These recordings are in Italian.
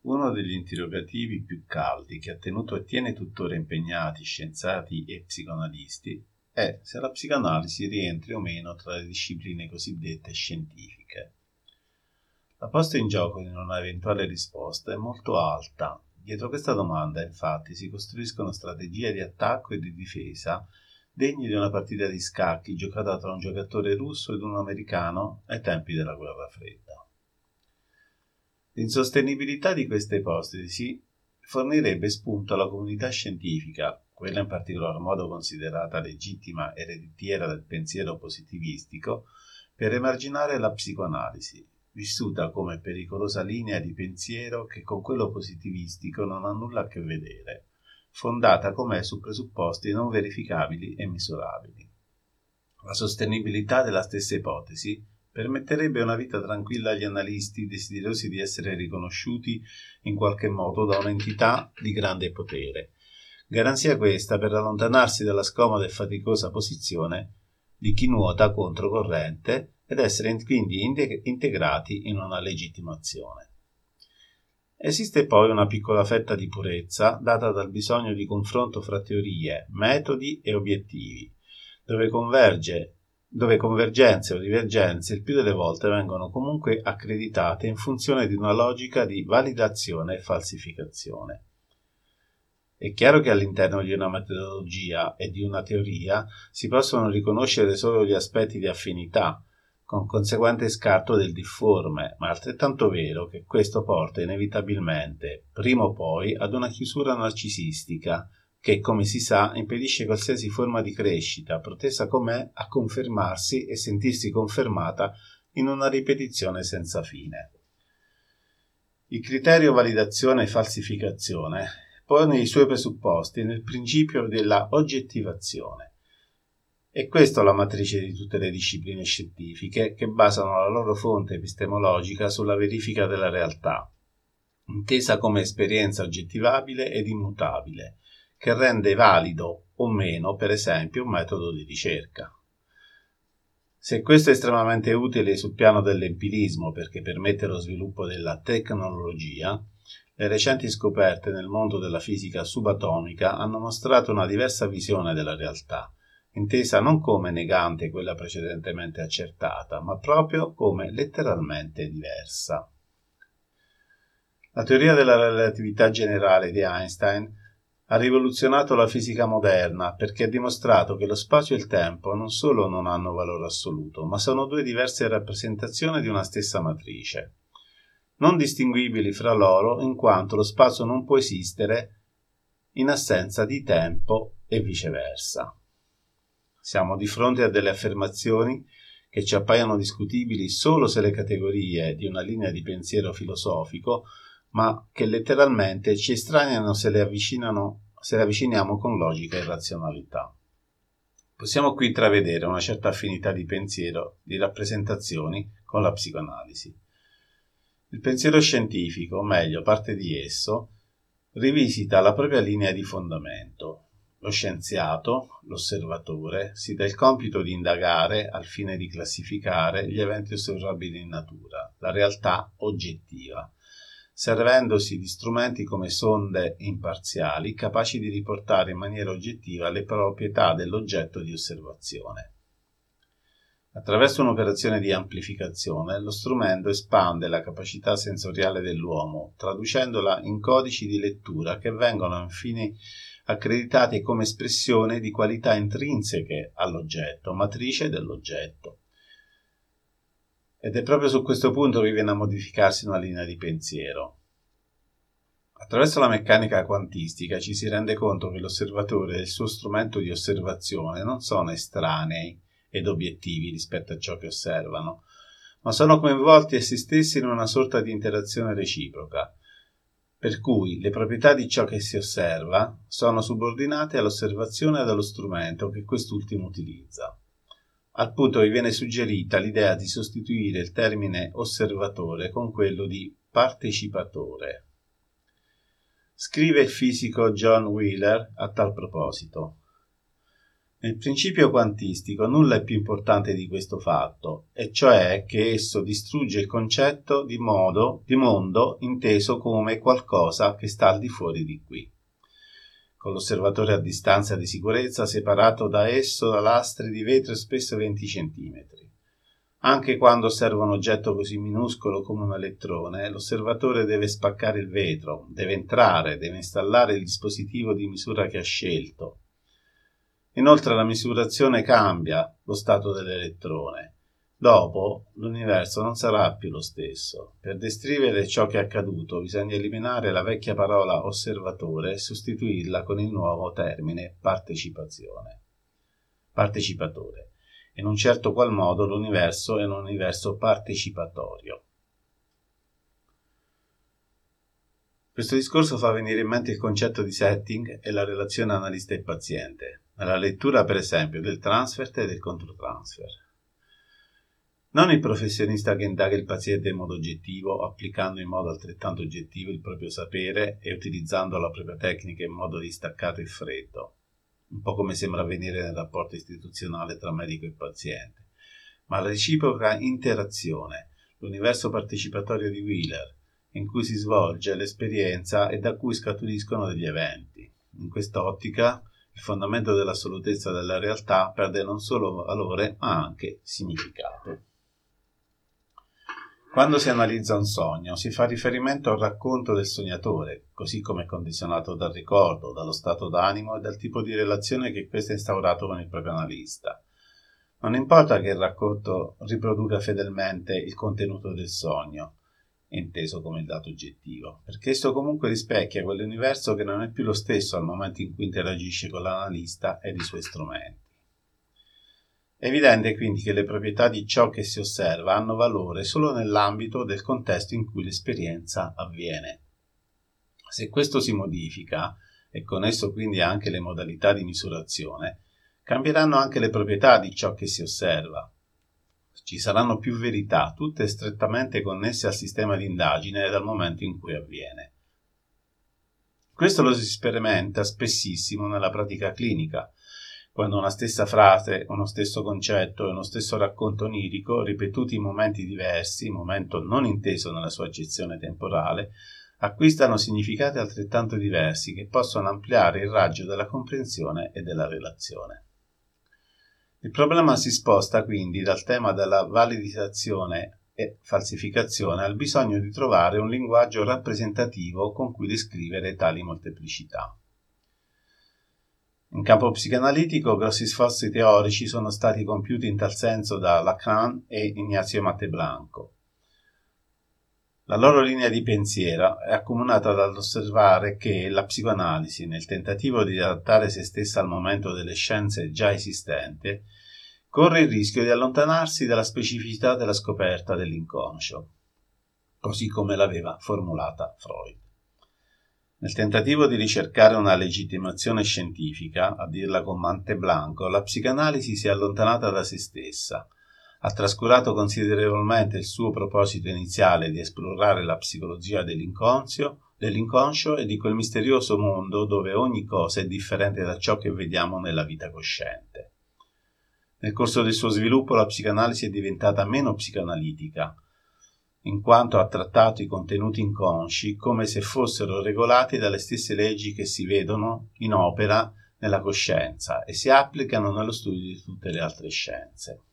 Uno degli interrogativi più caldi che ha tenuto e tiene tuttora impegnati scienziati e psicoanalisti è se la psicoanalisi rientri o meno tra le discipline cosiddette scientifiche. La posta in gioco in una eventuale risposta è molto alta. Dietro questa domanda, infatti, si costruiscono strategie di attacco e di difesa degne di una partita di scacchi giocata tra un giocatore russo ed un americano ai tempi della Guerra Fredda. L'insostenibilità di queste ipotesi fornirebbe spunto alla comunità scientifica, quella in particolar modo considerata legittima ereditiera del pensiero positivistico, per emarginare la psicoanalisi, vissuta come pericolosa linea di pensiero che con quello positivistico non ha nulla a che vedere, fondata com'è su presupposti non verificabili e misurabili. La sostenibilità della stessa ipotesi permetterebbe una vita tranquilla agli analisti desiderosi di essere riconosciuti in qualche modo da un'entità di grande potere. Garanzia questa per allontanarsi dalla scomoda e faticosa posizione di chi nuota controcorrente ed essere quindi integrati in una legittimazione. Esiste poi una piccola fetta di purezza data dal bisogno di confronto fra teorie, metodi e obiettivi, dove convergenze o divergenze il più delle volte vengono comunque accreditate in funzione di una logica di validazione e falsificazione. È chiaro che all'interno di una metodologia e di una teoria si possono riconoscere solo gli aspetti di affinità, con conseguente scarto del difforme, ma è altrettanto vero che questo porta inevitabilmente, prima o poi, ad una chiusura narcisistica, che, come si sa, impedisce qualsiasi forma di crescita, protesa com'è a confermarsi e sentirsi confermata in una ripetizione senza fine. Il criterio validazione e falsificazione pone i suoi presupposti nel principio della oggettivazione. È questa la matrice di tutte le discipline scientifiche che basano la loro fonte epistemologica sulla verifica della realtà, intesa come esperienza oggettivabile ed immutabile, che rende valido o meno, per esempio, un metodo di ricerca. Se questo è estremamente utile sul piano dell'empirismo perché permette lo sviluppo della tecnologia, le recenti scoperte nel mondo della fisica subatomica hanno mostrato una diversa visione della realtà, intesa non come negante quella precedentemente accertata, ma proprio come letteralmente diversa. La teoria della relatività generale di Einstein ha rivoluzionato la fisica moderna perché ha dimostrato che lo spazio e il tempo non solo non hanno valore assoluto, ma sono due diverse rappresentazioni di una stessa matrice, non distinguibili fra loro in quanto lo spazio non può esistere in assenza di tempo e viceversa. Siamo di fronte a delle affermazioni che ci appaiono discutibili solo se le categorie di una linea di pensiero filosofico, ma che letteralmente ci estraneano se le avviciniamo con logica e razionalità. Possiamo qui intravedere una certa affinità di pensiero, di rappresentazioni con la psicoanalisi. Il pensiero scientifico, o meglio parte di esso, rivisita la propria linea di fondamento. Lo scienziato, l'osservatore, si dà il compito di indagare al fine di classificare gli eventi osservabili in natura, la realtà oggettiva, servendosi di strumenti come sonde imparziali capaci di riportare in maniera oggettiva le proprietà dell'oggetto di osservazione. Attraverso un'operazione di amplificazione, lo strumento espande la capacità sensoriale dell'uomo, traducendola in codici di lettura che vengono infine accreditati come espressione di qualità intrinseche all'oggetto, matrice dell'oggetto. Ed è proprio su questo punto che viene a modificarsi una linea di pensiero. Attraverso la meccanica quantistica ci si rende conto che l'osservatore e il suo strumento di osservazione non sono estranei ed obiettivi rispetto a ciò che osservano, ma sono coinvolti essi stessi in una sorta di interazione reciproca, per cui le proprietà di ciò che si osserva sono subordinate all'osservazione e allo strumento che quest'ultimo utilizza. Al punto che viene suggerita l'idea di sostituire il termine osservatore con quello di partecipatore. Scrive il fisico John Wheeler a tal proposito: Nel principio quantistico nulla è più importante di questo fatto, e cioè che esso distrugge il concetto di mondo inteso come qualcosa che sta al di fuori di qui. Con l'osservatore a distanza di sicurezza separato da esso da lastre di vetro spesso 20 cm. Anche quando osserva un oggetto così minuscolo come un elettrone, l'osservatore deve spaccare il vetro, deve entrare, deve installare il dispositivo di misura che ha scelto. Inoltre la misurazione cambia lo stato dell'elettrone. Dopo, l'universo non sarà più lo stesso. Per descrivere ciò che è accaduto bisogna eliminare la vecchia parola osservatore e sostituirla con il nuovo termine partecipatore. In un certo qual modo l'universo è un universo partecipatorio. Questo discorso fa venire in mente il concetto di setting e la relazione analista e paziente, nella lettura per esempio del transfert e del controtransfer. Non il professionista che indaga il paziente in modo oggettivo, applicando in modo altrettanto oggettivo il proprio sapere e utilizzando la propria tecnica in modo distaccato e freddo, un po' come sembra avvenire nel rapporto istituzionale tra medico e paziente, ma la reciproca interazione, l'universo partecipatorio di Wheeler, in cui si svolge l'esperienza e da cui scaturiscono degli eventi. In quest'ottica, il fondamento dell'assolutezza della realtà perde non solo valore, ma anche significato. Quando si analizza un sogno, si fa riferimento al racconto del sognatore, così come condizionato dal ricordo, dallo stato d'animo e dal tipo di relazione che questo è instaurato con il proprio analista. Non importa che il racconto riproduca fedelmente il contenuto del sogno, inteso come il dato oggettivo, perché esso comunque rispecchia quell'universo che non è più lo stesso al momento in cui interagisce con l'analista ed i suoi strumenti. È evidente quindi che le proprietà di ciò che si osserva hanno valore solo nell'ambito del contesto in cui l'esperienza avviene. Se questo si modifica, e con esso quindi anche le modalità di misurazione, cambieranno anche le proprietà di ciò che si osserva. Ci saranno più verità, tutte strettamente connesse al sistema di indagine dal momento in cui avviene. Questo lo si sperimenta spessissimo nella pratica clinica, quando una stessa frase, uno stesso concetto e uno stesso racconto onirico, ripetuti in momenti diversi, momento non inteso nella sua accezione temporale, acquistano significati altrettanto diversi che possono ampliare il raggio della comprensione e della relazione. Il problema si sposta quindi dal tema della validizzazione e falsificazione al bisogno di trovare un linguaggio rappresentativo con cui descrivere tali molteplicità. In campo psicanalitico, grossi sforzi teorici sono stati compiuti in tal senso da Lacan e Ignacio Monteblanco. La loro linea di pensiero è accomunata dall'osservare che la psicoanalisi, nel tentativo di adattare se stessa al momento delle scienze già esistenti, corre il rischio di allontanarsi dalla specificità della scoperta dell'inconscio, così come l'aveva formulata Freud. Nel tentativo di ricercare una legittimazione scientifica, a dirla con Monteblanco, la psicanalisi si è allontanata da se stessa, ha trascurato considerevolmente il suo proposito iniziale di esplorare la psicologia dell'inconscio e di quel misterioso mondo dove ogni cosa è differente da ciò che vediamo nella vita cosciente. Nel corso del suo sviluppo la psicanalisi è diventata meno psicoanalitica, in quanto ha trattato i contenuti inconsci come se fossero regolati dalle stesse leggi che si vedono in opera nella coscienza e si applicano nello studio di tutte le altre scienze.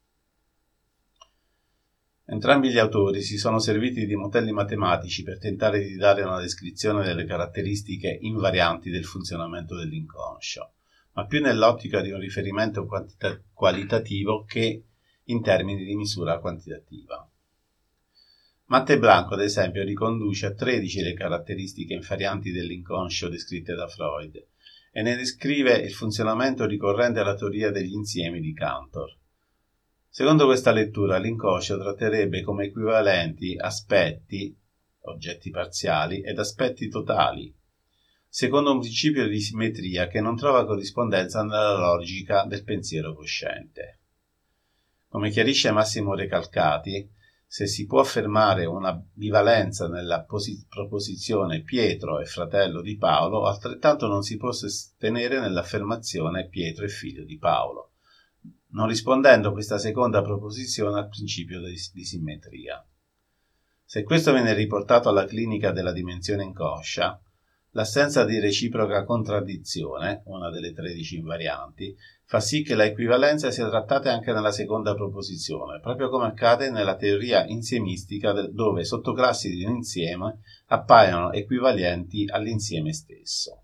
Entrambi gli autori si sono serviti di modelli matematici per tentare di dare una descrizione delle caratteristiche invarianti del funzionamento dell'inconscio, ma più nell'ottica di un riferimento qualitativo che in termini di misura quantitativa. Monteblanco, ad esempio, riconduce a 13 le caratteristiche invarianti dell'inconscio descritte da Freud e ne descrive il funzionamento ricorrente alla teoria degli insiemi di Cantor. Secondo questa lettura, l'inconscio tratterebbe come equivalenti aspetti, oggetti parziali, ed aspetti totali, secondo un principio di simmetria che non trova corrispondenza nella logica del pensiero cosciente. Come chiarisce Massimo Recalcati, se si può affermare una bivalenza nella proposizione Pietro è fratello di Paolo, altrettanto non si può sostenere nell'affermazione Pietro è figlio di Paolo, non rispondendo questa seconda proposizione al principio di simmetria. Se questo viene riportato alla clinica della dimensione inconscia, l'assenza di reciproca contraddizione, una delle 13 invarianti, fa sì che la equivalenza sia trattata anche nella seconda proposizione, proprio come accade nella teoria insiemistica dove sottoclassi di un insieme appaiono equivalenti all'insieme stesso.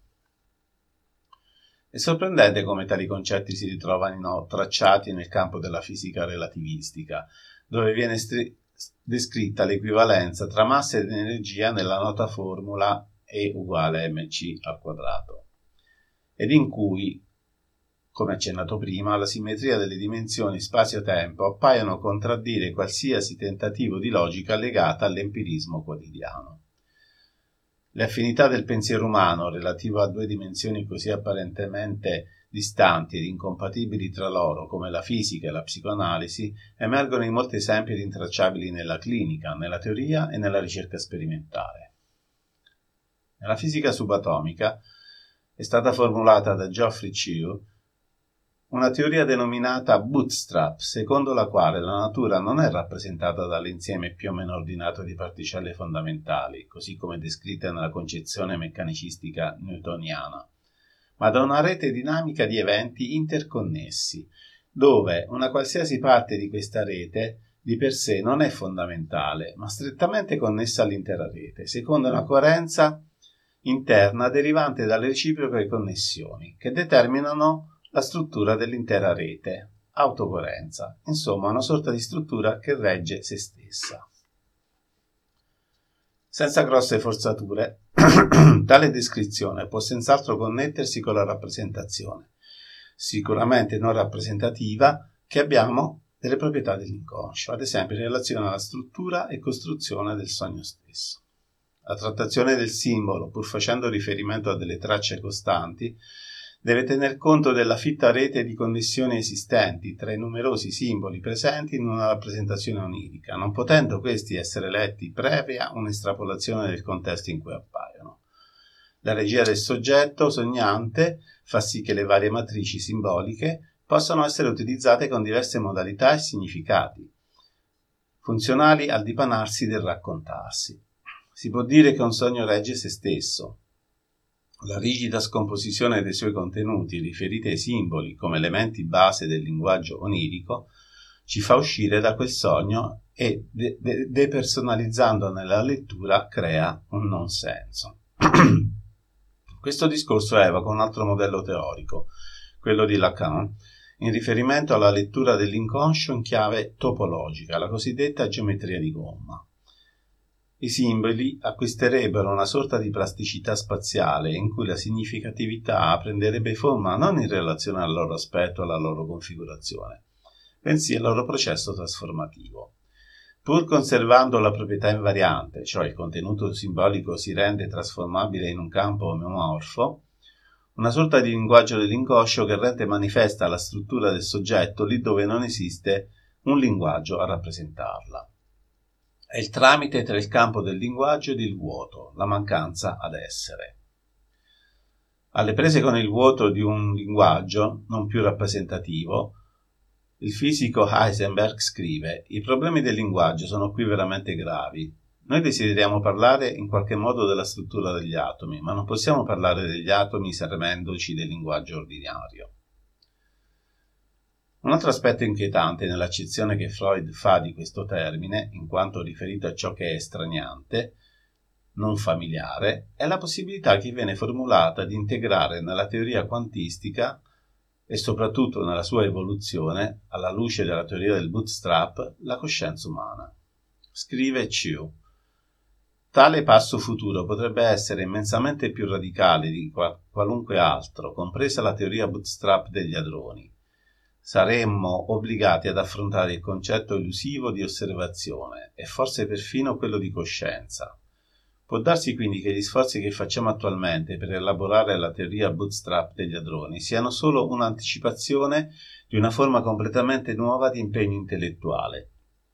È sorprendente come tali concetti si ritrovano tracciati nel campo della fisica relativistica, dove viene descritta l'equivalenza tra massa ed energia nella nota formula E uguale mc al quadrato, ed in cui, come accennato prima, la simmetria delle dimensioni spazio-tempo appaiono contraddire qualsiasi tentativo di logica legata all'empirismo quotidiano. Le affinità del pensiero umano relativo a due dimensioni così apparentemente distanti ed incompatibili tra loro come la fisica e la psicoanalisi emergono in molti esempi rintracciabili nella clinica, nella teoria e nella ricerca sperimentale. Nella fisica subatomica è stata formulata da Geoffrey Chew una teoria denominata bootstrap, secondo la quale la natura non è rappresentata dall'insieme più o meno ordinato di particelle fondamentali, così come descritta nella concezione meccanicistica newtoniana, ma da una rete dinamica di eventi interconnessi, dove una qualsiasi parte di questa rete di per sé non è fondamentale, ma strettamente connessa all'intera rete, secondo una coerenza interna derivante dalle reciproche connessioni, che determinano la struttura dell'intera rete, autocoerenza, insomma una sorta di struttura che regge se stessa. Senza grosse forzature, tale descrizione può senz'altro connettersi con la rappresentazione, sicuramente non rappresentativa, che abbiamo delle proprietà dell'inconscio, ad esempio in relazione alla struttura e costruzione del sogno stesso. La trattazione del simbolo, pur facendo riferimento a delle tracce costanti, deve tener conto della fitta rete di connessioni esistenti tra i numerosi simboli presenti in una rappresentazione onirica, non potendo questi essere letti previa un'estrapolazione del contesto in cui appaiono. La regia del soggetto sognante fa sì che le varie matrici simboliche possano essere utilizzate con diverse modalità e significati, funzionali al dipanarsi del raccontarsi. Si può dire che un sogno regge se stesso. La rigida scomposizione dei suoi contenuti, riferiti ai simboli come elementi base del linguaggio onirico, ci fa uscire da quel sogno e, depersonalizzandone la lettura, crea un non senso. Questo discorso evoca un altro modello teorico, quello di Lacan, in riferimento alla lettura dell'inconscio in chiave topologica, la cosiddetta geometria di gomma. I simboli acquisterebbero una sorta di plasticità spaziale in cui la significatività prenderebbe forma non in relazione al loro aspetto o alla loro configurazione, bensì al loro processo trasformativo. Pur conservando la proprietà invariante, cioè il contenuto simbolico si rende trasformabile in un campo omomorfo, una sorta di linguaggio dell'inconscio che rende manifesta la struttura del soggetto lì dove non esiste un linguaggio a rappresentarla. È il tramite tra il campo del linguaggio ed il vuoto, la mancanza ad essere. Alle prese con il vuoto di un linguaggio non più rappresentativo, il fisico Heisenberg scrive: i problemi del linguaggio sono qui veramente gravi. Noi desideriamo parlare in qualche modo della struttura degli atomi, ma non possiamo parlare degli atomi servendoci del linguaggio ordinario. Un altro aspetto inquietante nell'accezione che Freud fa di questo termine, in quanto riferito a ciò che è estraniante, non familiare, è la possibilità che viene formulata di integrare nella teoria quantistica e soprattutto nella sua evoluzione, alla luce della teoria del bootstrap, la coscienza umana. Scrive Chew: tale passo futuro potrebbe essere immensamente più radicale di qualunque altro, compresa la teoria bootstrap degli hadroni. Saremmo obbligati ad affrontare il concetto elusivo di osservazione e forse perfino quello di coscienza. Può darsi quindi che gli sforzi che facciamo attualmente per elaborare la teoria bootstrap degli hadroni siano solo un'anticipazione di una forma completamente nuova di impegno intellettuale,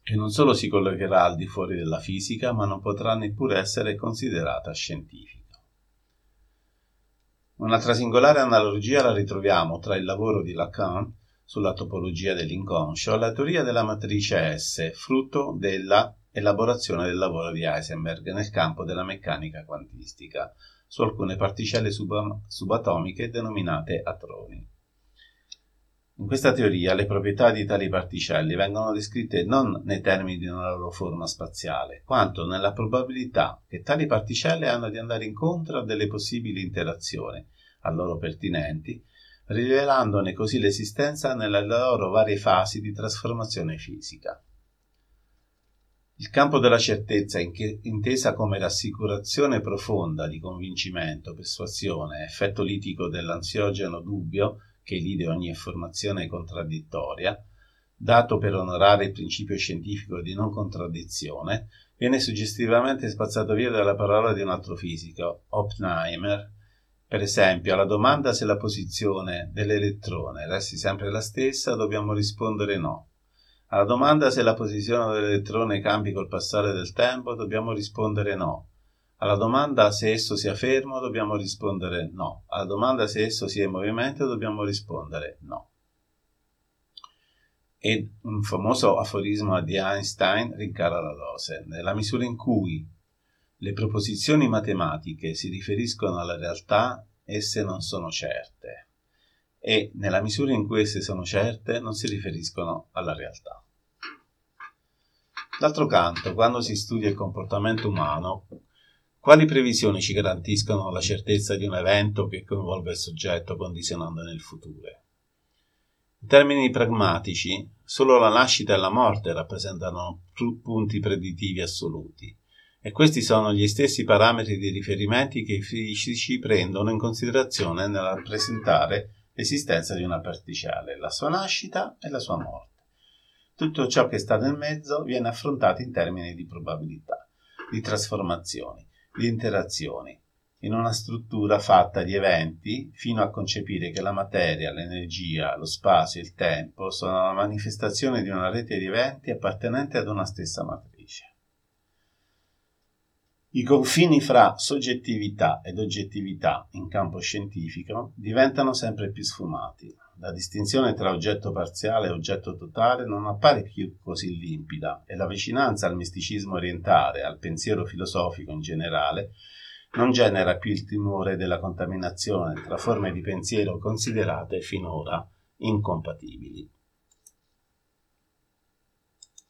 che non solo si collocherà al di fuori della fisica, ma non potrà neppure essere considerata scientifica. Un'altra singolare analogia la ritroviamo tra il lavoro di Lacan sulla topologia dell'inconscio e la teoria della matrice S, frutto della elaborazione del lavoro di Heisenberg nel campo della meccanica quantistica su alcune particelle subatomiche denominate hadroni. In questa teoria le proprietà di tali particelle vengono descritte non nei termini di una loro forma spaziale, quanto nella probabilità che tali particelle hanno di andare incontro a delle possibili interazioni a loro pertinenti, rivelandone così l'esistenza nelle loro varie fasi di trasformazione fisica. Il campo della certezza, intesa come rassicurazione profonda di convincimento, persuasione, effetto litico dell'ansiogeno dubbio, che elide ogni affermazione contraddittoria, dato per onorare il principio scientifico di non contraddizione, viene suggestivamente spazzato via dalla parola di un altro fisico, Oppenheimer. Per esempio, alla domanda se la posizione dell'elettrone resti sempre la stessa, dobbiamo rispondere no. Alla domanda se la posizione dell'elettrone cambi col passare del tempo, dobbiamo rispondere no. Alla domanda se esso sia fermo, dobbiamo rispondere no. Alla domanda se esso sia in movimento, dobbiamo rispondere no. E un famoso aforisma di Einstein rincara la dose. Nella misura in cui le proposizioni matematiche si riferiscono alla realtà, esse non sono certe. E nella misura in cui esse sono certe, non si riferiscono alla realtà. D'altro canto, quando si studia il comportamento umano, quali previsioni ci garantiscono la certezza di un evento che coinvolga il soggetto condizionandone il futuro? In termini pragmatici, solo la nascita e la morte rappresentano punti predittivi assoluti, e questi sono gli stessi parametri di riferimento che i fisici prendono in considerazione nel rappresentare l'esistenza di una particella, la sua nascita e la sua morte. Tutto ciò che sta nel mezzo viene affrontato in termini di probabilità, di trasformazioni, di interazioni, in una struttura fatta di eventi, fino a concepire che la materia, l'energia, lo spazio e il tempo sono la manifestazione di una rete di eventi appartenenti ad una stessa matrice. I confini fra soggettività ed oggettività in campo scientifico diventano sempre più sfumati. La distinzione tra oggetto parziale e oggetto totale non appare più così limpida e la vicinanza al misticismo orientale, al pensiero filosofico in generale, non genera più il timore della contaminazione tra forme di pensiero considerate finora incompatibili.